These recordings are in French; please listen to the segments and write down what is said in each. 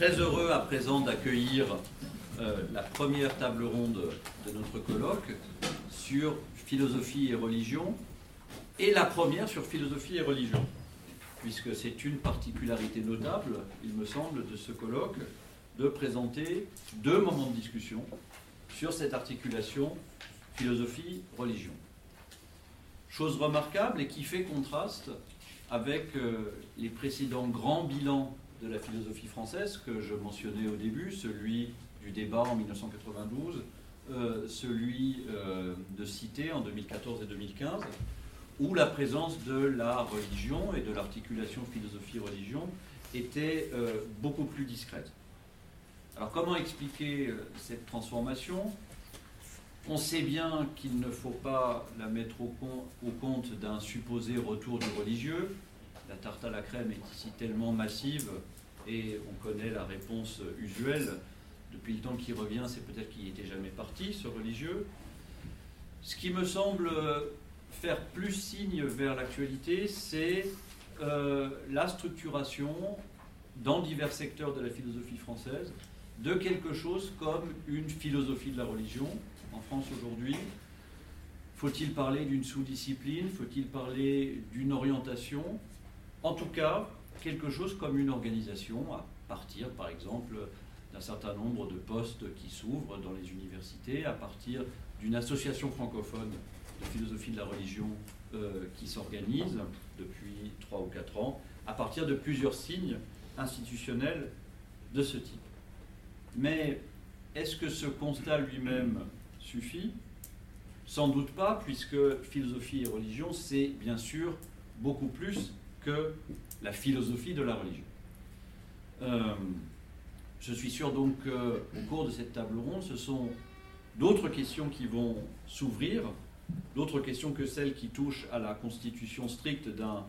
Très heureux à présent d'accueillir la première table ronde de notre colloque sur philosophie et religion, et la première sur philosophie et religion, puisque c'est une particularité notable, il me semble, de ce colloque, de présenter deux moments de discussion sur cette articulation philosophie-religion. Chose remarquable et qui fait contraste avec les précédents grands bilans de la philosophie française que je mentionnais au début, celui du débat en 1992, celui de Cité en 2014 et 2015, où la présence de la religion et de l'articulation philosophie-religion était beaucoup plus discrète. Alors comment expliquer cette transformation ? On sait bien qu'il ne faut pas la mettre au compte d'un supposé retour du religieux. La tarte à la crème est ici tellement massive et on connaît la réponse usuelle. Depuis le temps qu'il revient, c'est peut-être qu'il n'était jamais parti, ce religieux. Ce qui me semble faire plus signe vers l'actualité, c'est la structuration dans divers secteurs de la philosophie française de quelque chose comme une philosophie de la religion en France aujourd'hui. Faut-il parler d'une sous-discipline ? Faut-il parler d'une orientation ? En tout cas, quelque chose comme une organisation à partir, par exemple, d'un certain nombre de postes qui s'ouvrent dans les universités, à partir d'une association francophone de philosophie de la religion qui s'organise depuis 3 ou 4 ans, à partir de plusieurs signes institutionnels de ce type. Mais est-ce que ce constat lui-même suffit ? Sans doute pas, puisque philosophie et religion, c'est bien sûr beaucoup plus que la philosophie de la religion. Je suis sûr donc qu'au cours de cette table ronde, ce sont d'autres questions qui vont s'ouvrir, d'autres questions que celles qui touchent à la constitution stricte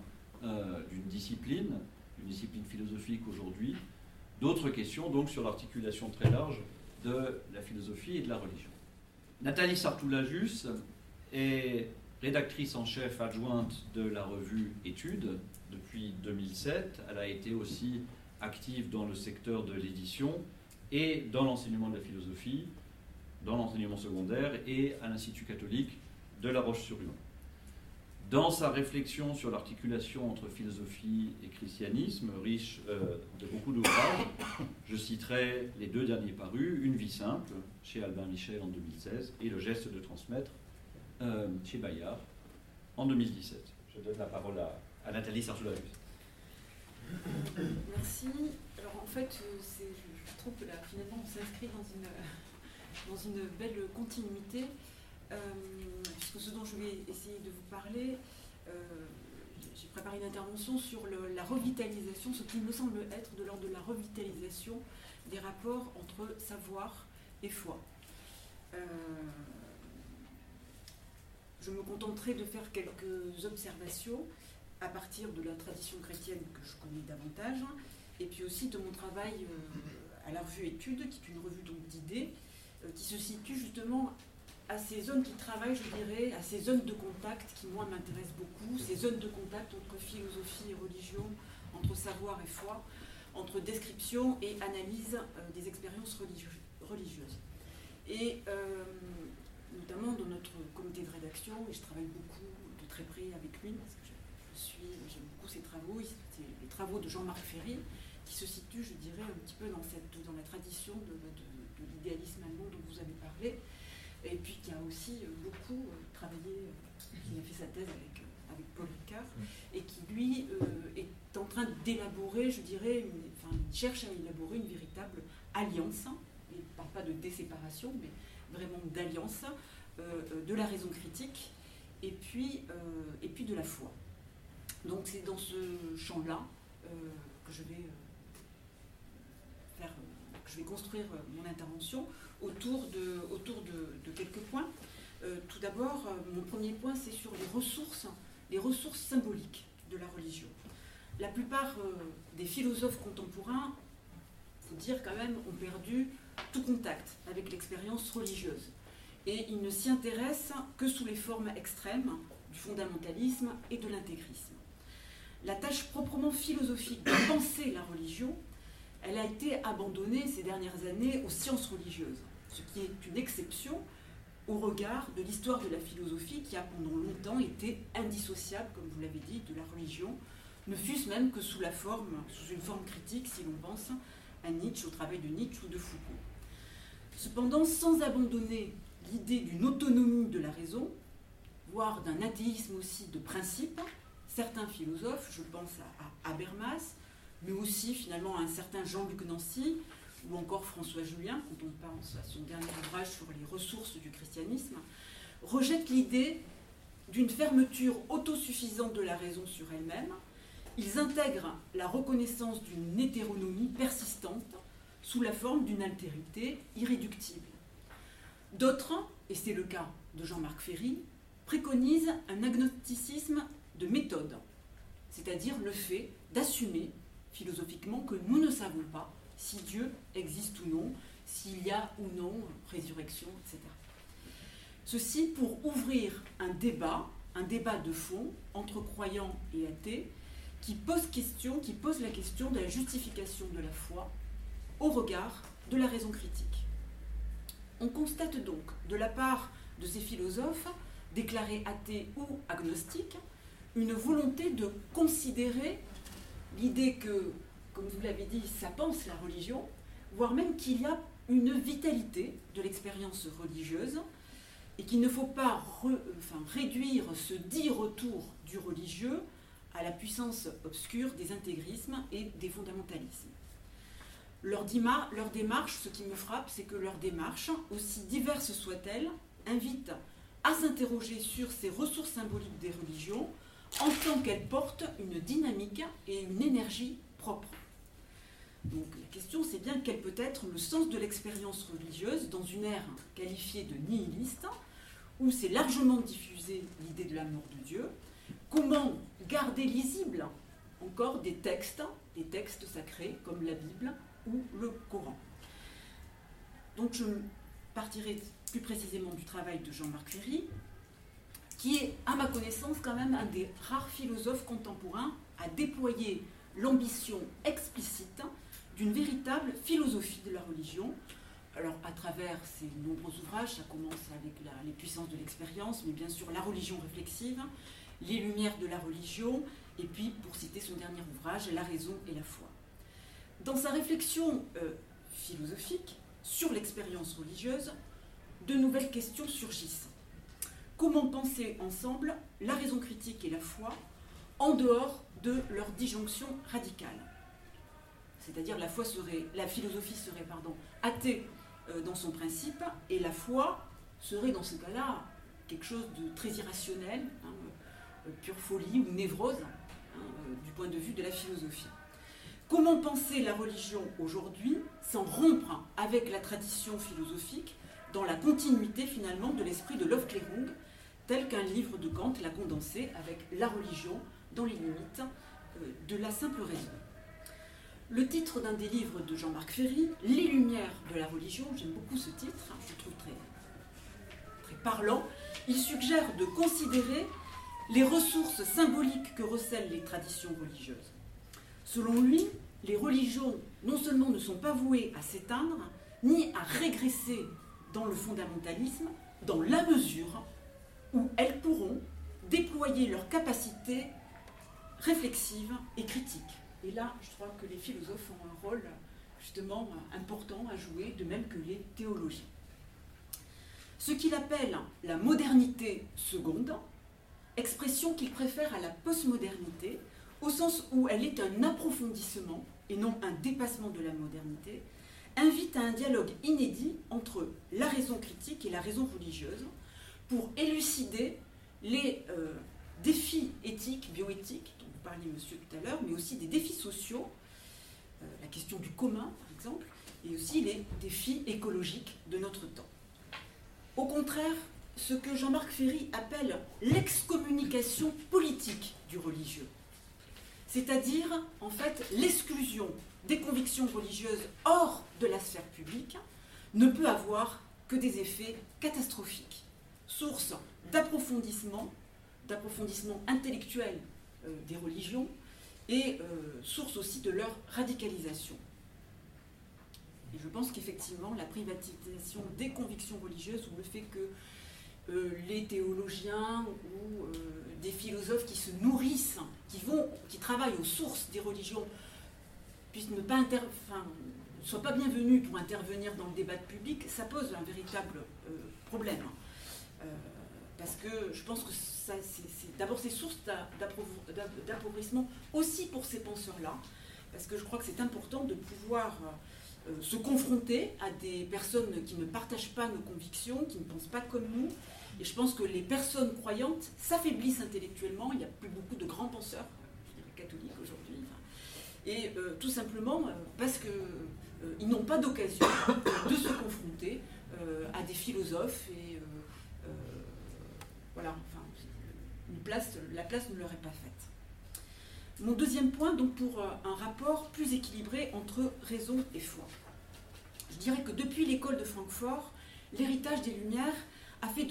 d'une discipline philosophique aujourd'hui, d'autres questions donc sur l'articulation très large de la philosophie et de la religion. Nathalie Sartoulajus est rédactrice en chef adjointe de la revue Études depuis 2007. Elle a été aussi active dans le secteur de l'édition et dans l'enseignement de la philosophie, dans l'enseignement secondaire et à l'Institut catholique de La Roche-sur-Yon. Dans sa réflexion sur l'articulation entre philosophie et christianisme, riche de beaucoup d'ouvrages, je citerai les 2 derniers parus, Une vie simple, chez Albin Michel en 2016, et Le geste de transmettre, chez Bayard, en 2017. Je donne la parole à Nathalie Sartoulajus. Merci. Alors en fait, je trouve que là, finalement, on s'inscrit dans une belle continuité. Puisque ce dont je vais essayer de vous parler, j'ai préparé une intervention sur la revitalisation, ce qui me semble être de l'ordre de la revitalisation des rapports entre savoir et foi. Je me contenterai de faire quelques observations à partir de la tradition chrétienne que je connais davantage, et puis aussi de mon travail à la revue Études, qui est une revue donc d'idées, qui se situe justement à ces zones qui travaillent, je dirais, à ces zones de contact qui, moi, m'intéressent beaucoup, ces zones de contact entre philosophie et religion, entre savoir et foi, entre description et analyse des expériences religieuses. Et notamment dans notre comité de rédaction, et je travaille beaucoup de très près avec lui, parce que j'aime beaucoup ses travaux, c'est les travaux de Jean-Marc Ferry, qui se situent, je dirais, un petit peu dans la tradition de l'idéalisme allemand dont vous avez parlé, et puis qui a aussi beaucoup travaillé, qui a fait sa thèse avec Paul Ricard, et qui, lui, est en train d'élaborer, je dirais, il cherche à élaborer une véritable alliance, il ne parle pas de déséparation, mais vraiment d'alliance, de la raison critique, et puis de la foi. Donc c'est dans ce champ-là que je vais construire mon intervention autour de quelques points. Tout d'abord, mon premier point, c'est sur les ressources symboliques de la religion. La plupart des philosophes contemporains, il faut dire quand même, ont perdu tout contact avec l'expérience religieuse. Et ils ne s'y intéressent que sous les formes extrêmes du fondamentalisme et de l'intégrisme. La tâche proprement philosophique de penser la religion elle a été abandonnée ces dernières années aux sciences religieuses, ce qui est une exception au regard de l'histoire de la philosophie qui a pendant longtemps été indissociable, comme vous l'avez dit, de la religion, ne fût-ce même que sous une forme critique, si l'on pense à Nietzsche, au travail de Nietzsche ou de Foucault. Cependant, sans abandonner l'idée d'une autonomie de la raison, voire d'un athéisme aussi de principe, certains philosophes, je pense à Habermas, mais aussi finalement à un certain Jean-Luc Nancy, ou encore François Julien, quand on pense à son dernier ouvrage sur les ressources du christianisme, rejettent l'idée d'une fermeture autosuffisante de la raison sur elle-même. Ils intègrent la reconnaissance d'une hétéronomie persistante sous la forme d'une altérité irréductible. D'autres, et c'est le cas de Jean-Marc Ferry, préconisent un agnosticisme de méthode, c'est-à-dire le fait d'assumer philosophiquement que nous ne savons pas si Dieu existe ou non, s'il y a ou non résurrection, etc. Ceci pour ouvrir un débat de fond entre croyants et athées, qui pose la question de la justification de la foi au regard de la raison critique. On constate donc, de la part de ces philosophes, déclarés athées ou agnostiques, une volonté de considérer l'idée que, comme vous l'avez dit, ça pense la religion, voire même qu'il y a une vitalité de l'expérience religieuse et qu'il ne faut pas réduire ce dit retour du religieux à la puissance obscure des intégrismes et des fondamentalismes. Leur démarche, ce qui me frappe, c'est que leur démarche, aussi diverse soit-elle, invite à s'interroger sur ces ressources symboliques des religions en tant qu'elles portent une dynamique et une énergie propre. Donc la question, c'est bien quel peut être le sens de l'expérience religieuse dans une ère qualifiée de nihiliste, où s'est largement diffusée l'idée de la mort de Dieu. Comment garder lisible encore des textes sacrés comme la Bible ou le Coran. Donc je partirai plus précisément du travail de Jean-Marc Ferry, qui est, à ma connaissance, quand même un des rares philosophes contemporains à déployer l'ambition explicite d'une véritable philosophie de la religion. Alors, à travers ses nombreux ouvrages, ça commence avec les puissances de l'expérience, mais bien sûr la religion réflexive, les lumières de la religion, et puis, pour citer son dernier ouvrage, La raison et la foi. Dans sa réflexion philosophique sur l'expérience religieuse, de nouvelles questions surgissent. Comment penser ensemble la raison critique et la foi en dehors de leur disjonction radicale? C'est-à-dire la philosophie serait athée dans son principe, et la foi serait dans ce cas-là quelque chose de très irrationnel, pure folie ou névrose, du point de vue de la philosophie. Comment penser la religion aujourd'hui sans rompre avec la tradition philosophique dans la continuité finalement de l'esprit de l'Aufklärung, tel qu'un livre de Kant l'a condensé avec la religion dans les limites de la simple raison. Le titre d'un des livres de Jean-Marc Ferry, Les Lumières de la religion, j'aime beaucoup ce titre, je le trouve très, très parlant. Il suggère de considérer les ressources symboliques que recèlent les traditions religieuses. Selon lui, les religions non seulement ne sont pas vouées à s'éteindre, ni à régresser dans le fondamentalisme, dans la mesure où elles pourront déployer leur capacité réflexive et critique. Et là, je crois que les philosophes ont un rôle justement important à jouer, de même que les théologiens. Ce qu'il appelle la modernité seconde, expression qu'il préfère à la postmodernité, au sens où elle est un approfondissement et non un dépassement de la modernité, invite à un dialogue inédit entre la raison critique et la raison religieuse pour élucider les défis éthiques, bioéthiques, dont vous parliez, monsieur, tout à l'heure, mais aussi des défis sociaux, la question du commun, par exemple, et aussi les défis écologiques de notre temps. Au contraire, ce que Jean-Marc Ferry appelle l'excommunication politique du religieux, c'est-à-dire, en fait, l'exclusion des convictions religieuses hors de la sphère publique, ne peut avoir que des effets catastrophiques, source d'approfondissement intellectuel des religions et source aussi de leur radicalisation. Et je pense qu'effectivement, la privatisation des convictions religieuses ou le fait que les théologiens ou des philosophes qui se nourrissent, qui travaillent aux sources des religions, puissent ne pas soient pas bienvenus pour intervenir dans le débat public, ça pose un véritable problème. Parce que je pense que d'abord c'est source d'appauvrissement aussi pour ces penseurs-là, parce que je crois que c'est important de pouvoir se confronter à des personnes qui ne partagent pas nos convictions, qui ne pensent pas comme nous. Et je pense que les personnes croyantes s'affaiblissent intellectuellement. Il n'y a plus beaucoup de grands penseurs, je dirais catholiques aujourd'hui. Et tout simplement parce qu'ils n'ont pas d'occasion de se confronter à des philosophes. Et voilà, enfin, la place ne leur est pas faite. Mon deuxième point, donc, pour un rapport plus équilibré entre raison et foi. Je dirais que depuis l'école de Francfort, l'héritage des Lumières a fait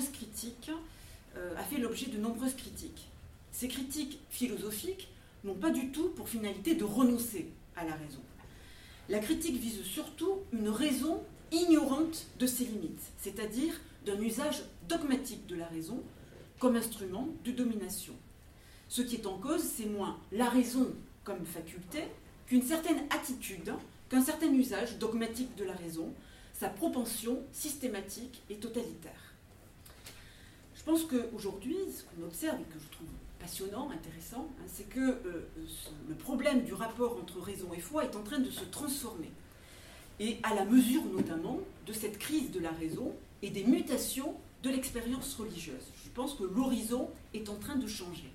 l'objet de nombreuses critiques. Ces critiques philosophiques n'ont pas du tout pour finalité de renoncer à la raison. La critique vise surtout une raison ignorante de ses limites, c'est-à-dire d'un usage dogmatique de la raison comme instrument de domination. Ce qui est en cause, c'est moins la raison comme faculté qu'une certaine attitude, qu'un certain usage dogmatique de la raison, sa propension systématique et totalitaire. Je pense qu'aujourd'hui, ce qu'on observe et que je trouve passionnant, intéressant, c'est que le problème du rapport entre raison et foi est en train de se transformer. Et à la mesure notamment de cette crise de la raison et des mutations de l'expérience religieuse. Je pense que l'horizon est en train de changer.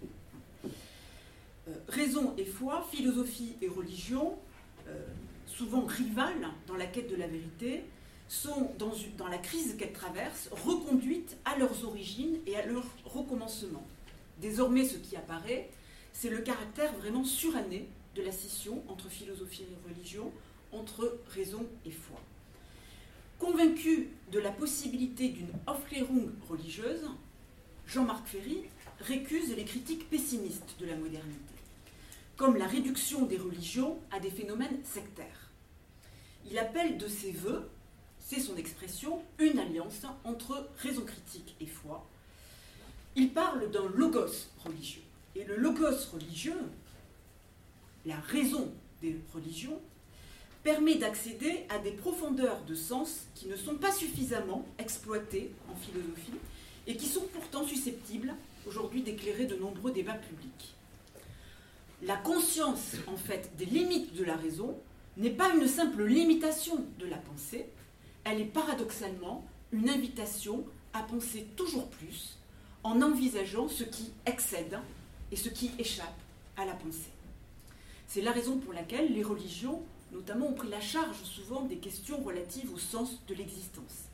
Raison et foi, philosophie et religion, souvent rivales dans la quête de la vérité, sont, dans la crise qu'elles traversent, reconduites à leurs origines et à leur recommencement. Désormais, ce qui apparaît, c'est le caractère vraiment suranné de la scission entre philosophie et religion, entre raison et foi. Convaincu de la possibilité d'une Aufklärung religieuse, Jean-Marc Ferry récuse les critiques pessimistes de la modernité, comme la réduction des religions à des phénomènes sectaires. Il appelle de ses vœux, c'est son expression, une alliance entre raison critique et foi. Il parle d'un logos religieux. Et le logos religieux, la raison des religions, permet d'accéder à des profondeurs de sens qui ne sont pas suffisamment exploitées en philosophie et qui sont pourtant susceptibles aujourd'hui d'éclairer de nombreux débats publics. La conscience, en fait, des limites de la raison n'est pas une simple limitation de la pensée, elle est paradoxalement une invitation à penser toujours plus en envisageant ce qui excède et ce qui échappe à la pensée. C'est la raison pour laquelle les religions, notamment, ont pris la charge souvent des questions relatives au sens de l'existence.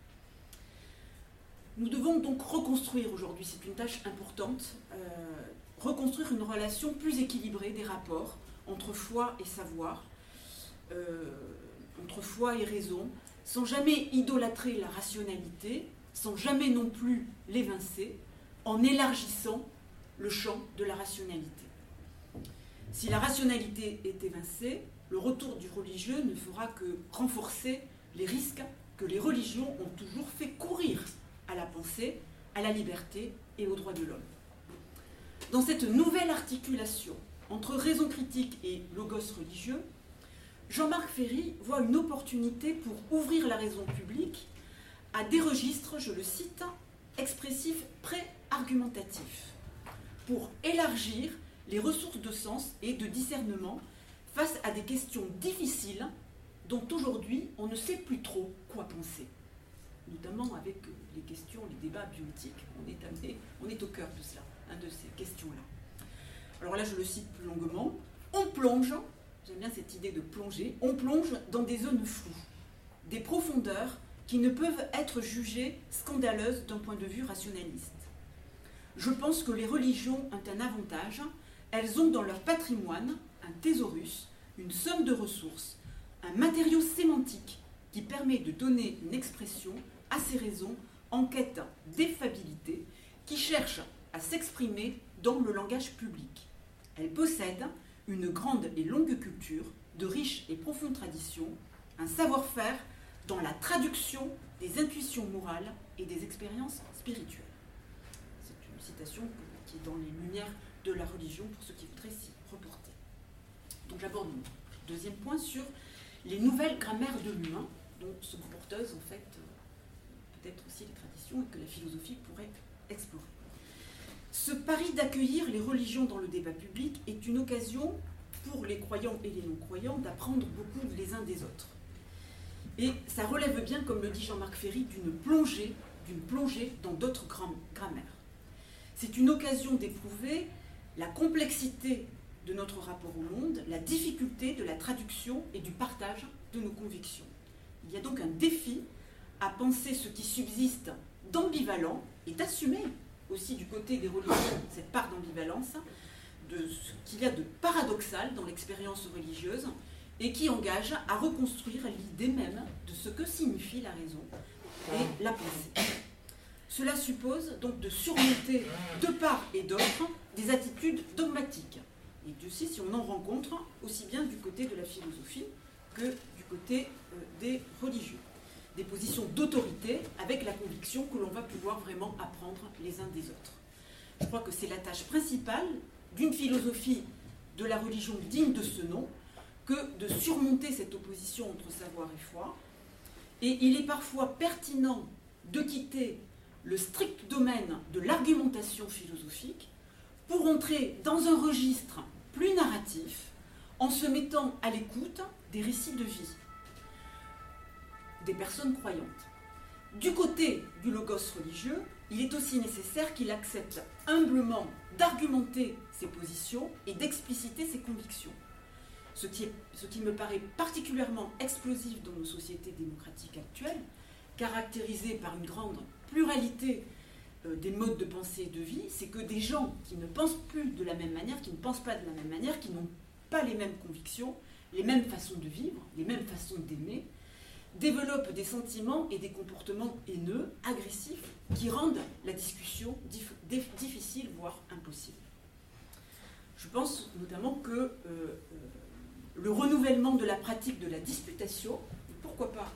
Nous devons donc reconstruire aujourd'hui, c'est une tâche importante, reconstruire une relation plus équilibrée des rapports entre foi et savoir, entre foi et raison, sans jamais idolâtrer la rationalité, sans jamais non plus l'évincer, en élargissant le champ de la rationalité. Si la rationalité est évincée, le retour du religieux ne fera que renforcer les risques que les religions ont toujours fait courir à la pensée, à la liberté et aux droits de l'homme. Dans cette nouvelle articulation entre raison critique et logos religieux, Jean-Marc Ferry voit une opportunité pour ouvrir la raison publique à des registres, je le cite, expressifs pré-argumentatifs, pour élargir les ressources de sens et de discernement face à des questions difficiles dont aujourd'hui on ne sait plus trop quoi penser. Notamment avec les questions, les débats bioéthiques. On est au cœur de cela, de ces questions-là. Alors là, je le cite plus longuement. On plonge, j'aime bien cette idée de plonger, on plonge dans des zones floues, des profondeurs qui ne peuvent être jugées scandaleuses d'un point de vue rationaliste. Je pense que les religions ont un avantage, elles ont dans leur patrimoine un thésaurus, une somme de ressources, un matériau sémantique qui permet de donner une expression à ces raisons en quête d'effabilité qui cherchent à s'exprimer dans le langage public. Elles possèdent une grande et longue culture, de riches et profondes traditions, un savoir-faire dans la traduction des intuitions morales et des expériences spirituelles. C'est une citation qui est dans les lumières de la religion pour ceux qui voudraient s'y reporter. Donc j'aborde mon deuxième point sur les nouvelles grammaires de l'humain, dont sont porteuses en fait peut-être aussi les traditions et que la philosophie pourrait explorer. Ce pari d'accueillir les religions dans le débat public est une occasion pour les croyants et les non-croyants d'apprendre beaucoup les uns des autres. Et ça relève bien, comme le dit Jean-Marc Ferry, d'une plongée dans d'autres grammaires. C'est une occasion d'éprouver la complexité de notre rapport au monde, la difficulté de la traduction et du partage de nos convictions. Il y a donc un défi à penser ce qui subsiste d'ambivalent et d'assumer aussi du côté des religions cette part d'ambivalence, de ce qu'il y a de paradoxal dans l'expérience religieuse et qui engage à reconstruire l'idée même de ce que signifie la raison et la pensée. Cela suppose donc de surmonter de part et d'autre des attitudes dogmatiques. Et Dieu sait si on en rencontre aussi bien du côté de la philosophie que du côté des religieux. Des positions d'autorité avec la conviction que l'on va pouvoir vraiment apprendre les uns des autres. Je crois que c'est la tâche principale d'une philosophie de la religion digne de ce nom que de surmonter cette opposition entre savoir et foi. Et il est parfois pertinent de quitter le strict domaine de l'argumentation philosophique pour entrer dans un registre plus narratif en se mettant à l'écoute des récits de vie des personnes croyantes. Du côté du logos religieux, il est aussi nécessaire qu'il accepte humblement d'argumenter ses positions et d'expliciter ses convictions. Ce qui me paraît particulièrement explosif dans nos sociétés démocratiques actuelles, caractérisées par une grande pluralité des modes de pensée et de vie, c'est que des gens qui ne pensent plus de la même manière, qui ne pensent pas de la même manière, qui n'ont pas les mêmes convictions, les mêmes façons de vivre, les mêmes façons d'aimer, développent des sentiments et des comportements haineux, agressifs, qui rendent la discussion difficile, voire impossible. Je pense notamment que le renouvellement de la pratique de la disputation, pourquoi pas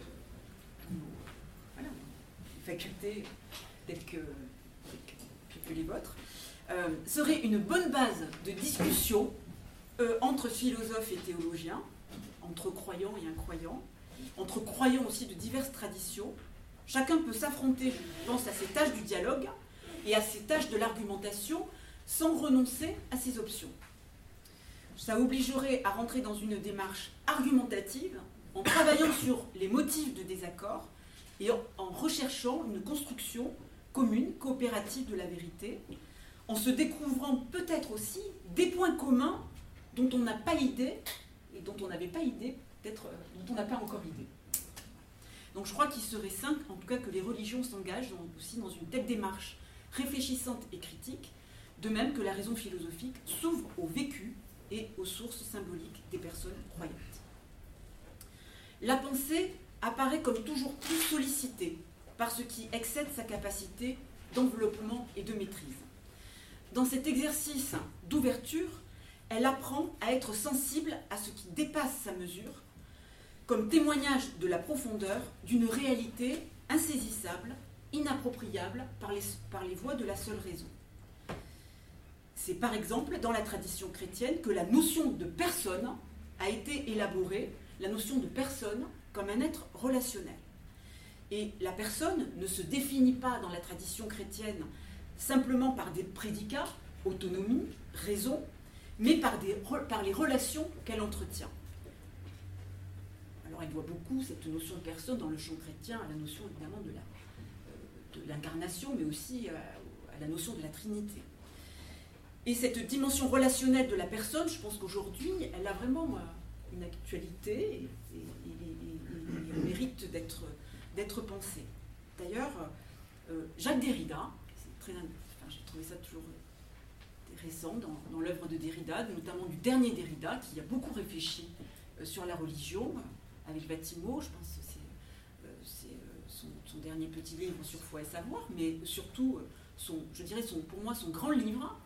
voilà, une faculté telle que les vôtres, serait une bonne base de discussion entre philosophes et théologiens, entre croyants et incroyants, entre croyants aussi de diverses traditions. Chacun peut s'affronter, je pense, à ces tâches du dialogue et à ces tâches de l'argumentation sans renoncer à ses options. Ça obligerait à rentrer dans une démarche argumentative en travaillant sur les motifs de désaccord et en recherchant une construction commune, coopérative de la vérité, en se découvrant peut-être aussi des points communs dont on n'a pas idée et dont on n'avait pas idée, peut-être dont on n'a pas encore idée. Donc je crois qu'il serait sain, en tout cas, que les religions s'engagent aussi dans une telle démarche réfléchissante et critique, de même que la raison philosophique s'ouvre au vécu et aux sources symboliques des personnes croyantes. La pensée apparaît comme toujours plus sollicitée par ce qui excède sa capacité d'enveloppement et de maîtrise. Dans cet exercice d'ouverture, elle apprend à être sensible à ce qui dépasse sa mesure, comme témoignage de la profondeur d'une réalité insaisissable, inappropriable par les voies de la seule raison. C'est par exemple dans la tradition chrétienne que la notion de personne a été élaborée, la notion de personne comme un être relationnel. Et la personne ne se définit pas dans la tradition chrétienne simplement par des prédicats, autonomie, raison, mais par les relations qu'elle entretient. Alors elle voit beaucoup cette notion de personne dans le champ chrétien à la notion évidemment de l'incarnation, mais aussi à la notion de la Trinité. Et cette dimension relationnelle de la personne, je pense qu'aujourd'hui, elle a vraiment une actualité et mérite d'être pensée. D'ailleurs, Jacques Derrida, j'ai trouvé ça toujours intéressant dans l'œuvre de Derrida, notamment du dernier Derrida, qui a beaucoup réfléchi sur la religion, avec Vatimo, je pense que c'est son dernier petit livre sur foi et savoir, mais surtout, pour moi, son grand livre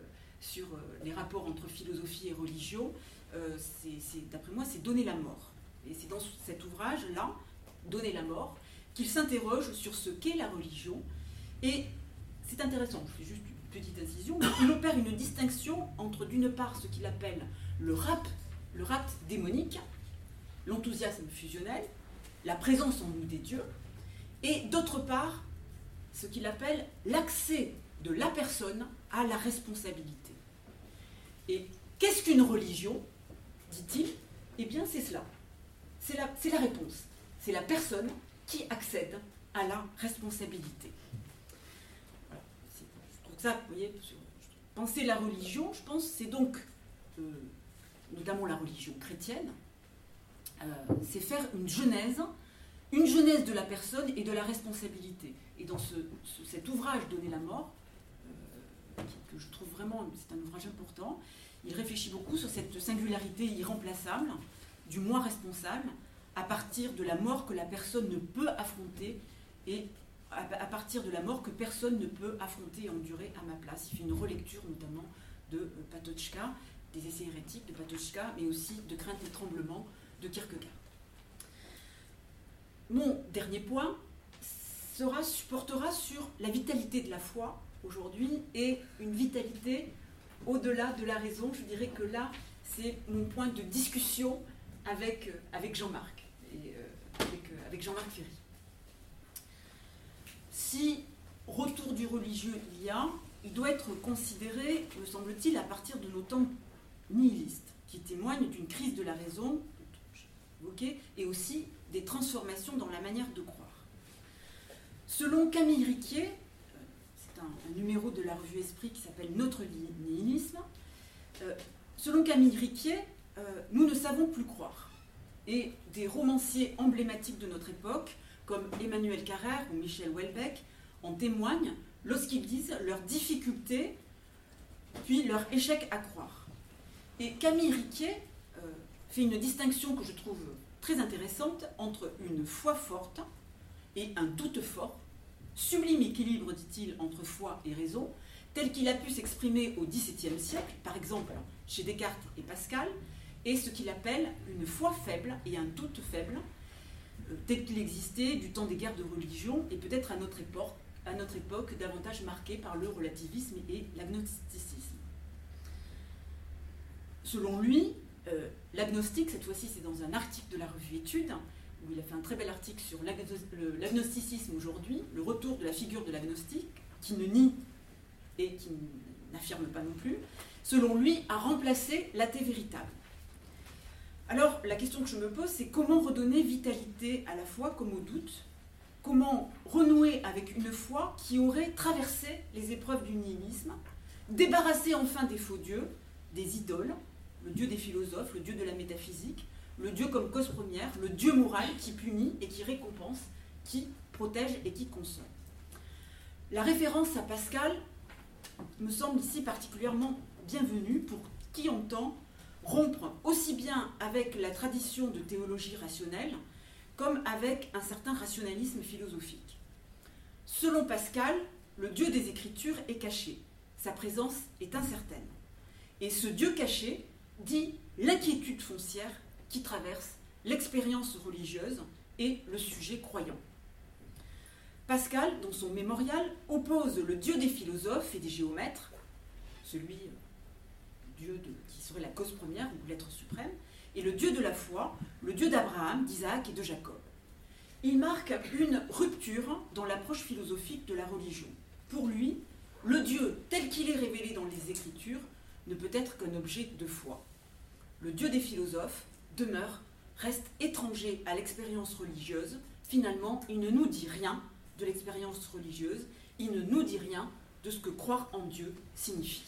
sur les rapports entre philosophie et religion, d'après moi, c'est Donner la mort. Et c'est dans cet ouvrage-là, Donner la mort, qu'il s'interroge sur ce qu'est la religion. Et c'est intéressant, je fais juste une petite incision, mais il opère une distinction entre d'une part ce qu'il appelle le rapt démonique, l'enthousiasme fusionnel, la présence en nous des dieux, et d'autre part ce qu'il appelle l'accès de la personne à la responsabilité. Et qu'est-ce qu'une religion, dit-il? Eh bien c'est cela, c'est la réponse, c'est la personne qui accède à la responsabilité. Voilà. Je trouve que ça, vous voyez, penser la religion, je pense, c'est donc, notamment la religion chrétienne, c'est faire une genèse de la personne et de la responsabilité. Et dans cet ouvrage Donner la mort, que je trouve vraiment, c'est un ouvrage important, il réfléchit beaucoup sur cette singularité irremplaçable du moi responsable à partir de la mort que la personne ne peut affronter et à partir de la mort que personne ne peut affronter et endurer à ma place. Il fait une relecture notamment de Patočka, des essais hérétiques de Patočka, mais aussi de Crainte et tremblement de Kierkegaard. Mon dernier point portera sur la vitalité de la foi aujourd'hui et une vitalité au-delà de la raison. Je dirais que là, c'est mon point de discussion avec Jean-Marc et avec Jean-Marc Ferry. Si retour du religieux il doit être considéré, me semble-t-il, à partir de nos temps nihilistes, qui témoignent d'une crise de la raison, et aussi des transformations dans la manière de croire. Selon Camille Riquier, c'est un numéro de la revue Esprit qui s'appelle Notre nihilisme, selon Camille Riquier, nous ne savons plus croire. Et des romanciers emblématiques de notre époque, comme Emmanuel Carrère ou Michel Houellebecq, en témoignent lorsqu'ils disent leur difficulté, puis leur échec à croire. Et Camille Riquier fait une distinction que je trouve très intéressante entre une foi forte et un doute fort, sublime équilibre, dit-il, entre foi et raison, tel qu'il a pu s'exprimer au XVIIe siècle, par exemple chez Descartes et Pascal, et ce qu'il appelle une foi faible et un doute faible, tel qu'il existait du temps des guerres de religion et peut-être à notre époque davantage marqué par le relativisme et l'agnosticisme. Selon lui, l'agnostique, cette fois-ci c'est dans un article de la revue Études, où il a fait un très bel article sur l'agnosticisme aujourd'hui, le retour de la figure de l'agnostique, qui ne nie et qui n'affirme pas non plus, selon lui, a remplacé l'athée véritable. Alors, la question que je me pose, c'est comment redonner vitalité à la foi comme au doute? Comment renouer avec une foi qui aurait traversé les épreuves du nihilisme, débarrasser enfin des faux dieux, des idoles, le dieu des philosophes, le dieu de la métaphysique, le dieu comme cause première, le dieu moral qui punit et qui récompense, qui protège et qui console. La référence à Pascal me semble ici particulièrement bienvenue pour qui entend rompre aussi bien avec la tradition de théologie rationnelle comme avec un certain rationalisme philosophique. Selon Pascal, le Dieu des Écritures est caché, sa présence est incertaine. Et ce Dieu caché dit l'inquiétude foncière qui traverse l'expérience religieuse et le sujet croyant. Pascal, dans son mémorial, oppose le Dieu des philosophes et des géomètres, celui Dieu qui serait la cause première ou l'être suprême, et le Dieu de la foi, le Dieu d'Abraham, d'Isaac et de Jacob. Il marque une rupture dans l'approche philosophique de la religion. Pour lui, le Dieu tel qu'il est révélé dans les Écritures ne peut être qu'un objet de foi. Le Dieu des philosophes reste étranger à l'expérience religieuse. Finalement, il ne nous dit rien de l'expérience religieuse, il ne nous dit rien de ce que croire en Dieu signifie.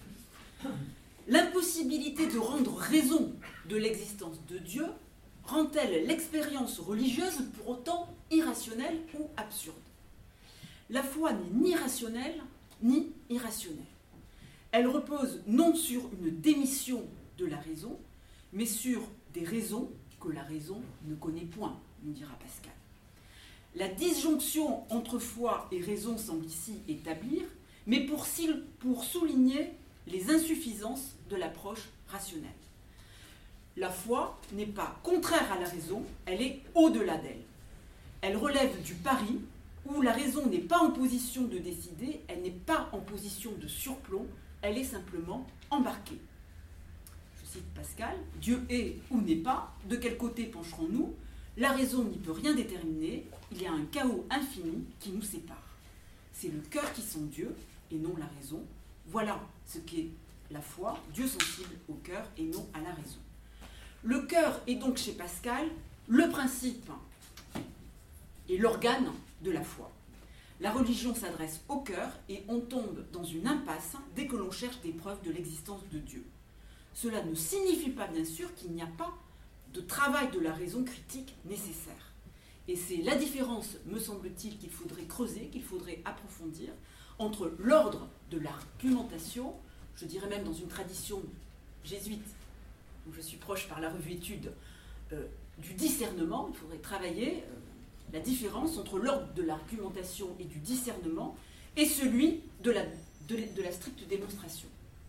L'impossibilité de rendre raison de l'existence de Dieu rend-elle l'expérience religieuse pour autant irrationnelle ou absurde? La foi n'est ni rationnelle ni irrationnelle. Elle repose non sur une démission de la raison, mais sur des raisons que la raison ne connaît point, nous dira Pascal. La disjonction entre foi et raison semble ici établir, mais pour souligner les insuffisances de l'approche rationnelle. la foi n'est pas contraire à la raison, elle est au-delà d'elle. Elle relève du pari, où la raison n'est pas en position de décider, elle n'est pas en position de surplomb, elle est simplement embarquée. Je cite Pascal, « Dieu est ou n'est pas, de quel côté pencherons-nous? La raison n'y peut rien déterminer, il y a un chaos infini qui nous sépare. C'est le cœur qui sent Dieu et non la raison. Voilà ce qu'est la foi, Dieu sensible au cœur et non à la raison. » Le cœur est donc chez Pascal le principe et l'organe de la foi. La religion s'adresse au cœur et on tombe dans une impasse dès que l'on cherche des preuves de l'existence de Dieu. Cela ne signifie pas bien sûr qu'il n'y a pas de travail de la raison critique nécessaire. Et c'est la différence, me semble-t-il, qu'il faudrait creuser, qu'il faudrait approfondir, entre l'ordre de l'argumentation, je dirais même dans une tradition jésuite, où je suis proche par la revue Études, du discernement. Il faudrait travailler la différence entre l'ordre de l'argumentation et du discernement et celui de la stricte démonstration.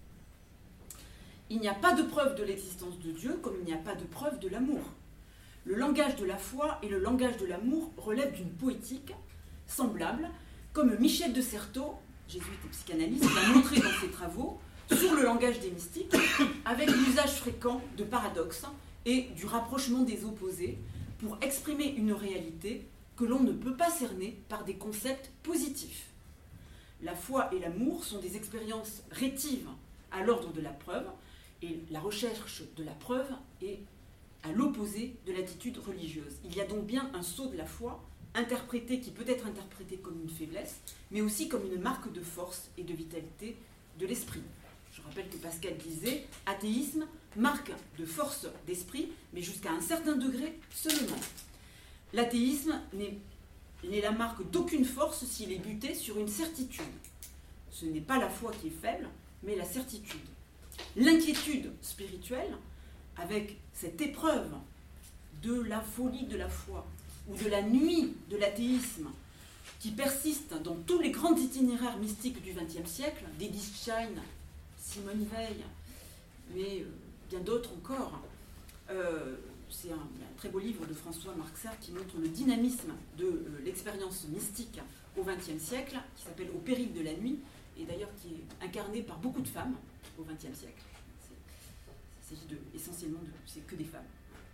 Il n'y a pas de preuve de l'existence de Dieu comme il n'y a pas de preuve de l'amour. Le langage de la foi et le langage de l'amour relèvent d'une poétique semblable, comme Michel de Certeau, jésuite et psychanalyste, l'a montré dans ses travaux sur le langage des mystiques, avec l'usage fréquent de paradoxes et du rapprochement des opposés pour exprimer une réalité que l'on ne peut pas cerner par des concepts positifs. La foi et l'amour sont des expériences rétives à l'ordre de la preuve, et la recherche de la preuve est à l'opposé de l'attitude religieuse. Il y a donc bien un saut de la foi, qui peut être interprété comme une faiblesse, mais aussi comme une marque de force et de vitalité de l'esprit. Je rappelle que Pascal disait « athéisme, marque de force d'esprit, mais jusqu'à un certain degré seulement ». L'athéisme n'est la marque d'aucune force s'il est buté sur une certitude. Ce n'est pas la foi qui est faible, mais la certitude. L'inquiétude spirituelle, avec cette épreuve de la folie de la foi, ou de la nuit de l'athéisme, qui persiste dans tous les grands itinéraires mystiques du XXe siècle, d'Edith Stein, Simone Weil, mais bien d'autres encore. C'est un très beau livre de François Marxart qui montre le dynamisme de l'expérience mystique au XXe siècle, qui s'appelle « Au péril de la nuit », et d'ailleurs qui est incarné par beaucoup de femmes au XXe siècle. Il s'agit essentiellement c'est que des femmes.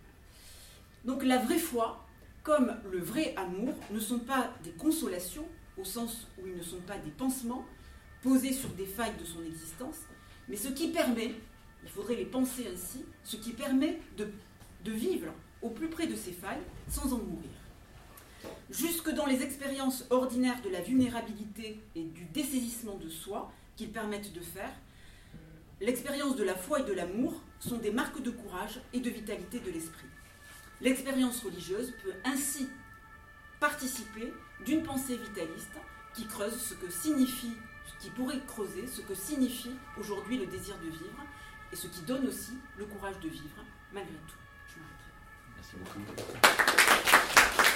Donc la vraie foi, comme le vrai amour, ne sont pas des consolations, au sens où ils ne sont pas des pansements posés sur des failles de son existence, mais ce qui permet, il faudrait les penser ainsi, ce qui permet de vivre au plus près de ces failles sans en mourir. Jusque dans les expériences ordinaires de la vulnérabilité et du dessaisissement de soi qu'ils permettent de faire, l'expérience de la foi et de l'amour sont des marques de courage et de vitalité de l'esprit. L'expérience religieuse peut ainsi participer d'une pensée vitaliste qui creuse ce que signifie, qui pourrait creuser ce que signifie aujourd'hui le désir de vivre et ce qui donne aussi le courage de vivre malgré tout. Je m'arrêterai. Merci beaucoup.